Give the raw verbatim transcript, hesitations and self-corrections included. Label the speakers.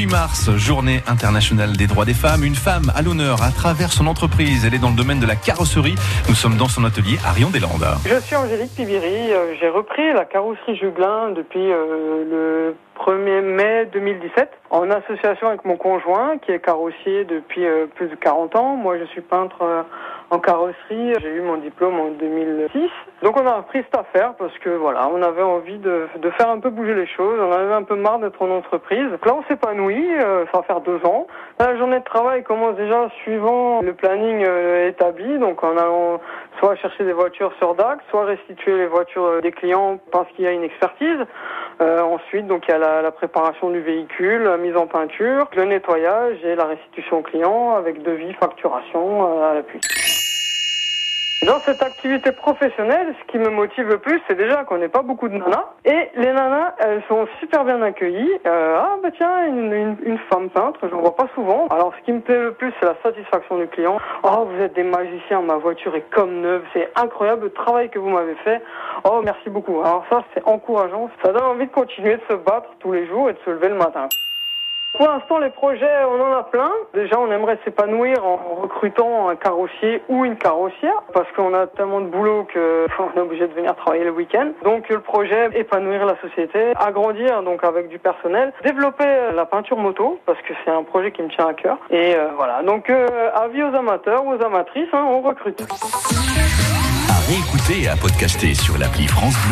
Speaker 1: huit mars, journée internationale des droits des femmes. Une femme à l'honneur à travers son entreprise. Elle est dans le domaine de la carrosserie. Nous sommes dans son atelier à Rion-des-Landes.
Speaker 2: Je suis Angélique Pibiri. J'ai repris la carrosserie Juglin depuis euh, le premier mai deux mille dix-sept en association avec mon conjoint qui est carrossier depuis euh, plus de quarante ans. Moi, je suis peintre euh, en carrosserie. J'ai eu mon diplôme en deux mille six. Donc on a repris cette affaire parce que voilà, on avait envie de, de faire un peu bouger les choses. On avait un peu marre d'être en entreprise. Donc là, on s'épanouit. Euh, ça va faire deux ans. La journée de travail commence déjà suivant le planning euh, établi. Donc en allant soit chercher des voitures sur D A C, soit restituer les voitures des clients parce qu'il y a une expertise. Euh, ensuite, donc il y a la, la préparation du véhicule, la mise en peinture, le nettoyage et la restitution au client avec devis, facturation euh, à l'appui. Dans cette activité professionnelle, ce qui me motive le plus, c'est déjà qu'on n'est pas beaucoup de nanas. Et les nanas, elles sont super bien accueillies. Euh, ah bah tiens, une, une, une femme peintre, j'en vois pas souvent. Alors ce qui me plaît le plus, c'est la satisfaction du client. Oh, vous êtes des magiciens, ma voiture est comme neuve, c'est incroyable le travail que vous m'avez fait. Oh, merci beaucoup. Alors ça, c'est encourageant. Ça donne envie de continuer de se battre tous les jours et de se lever le matin. Pour l'instant, les projets, on en a plein. Déjà, on aimerait s'épanouir en recrutant un carrossier ou une carrossière parce qu'on a tellement de boulot qu'on est obligé de venir travailler le week-end. Donc, le projet, épanouir la société, agrandir donc avec du personnel, développer la peinture moto parce que c'est un projet qui me tient à cœur. Et euh, voilà. Donc, euh, avis aux amateurs ou aux amatrices, hein, on recrute.
Speaker 1: À réécouter et à podcaster sur l'appli France Bleu.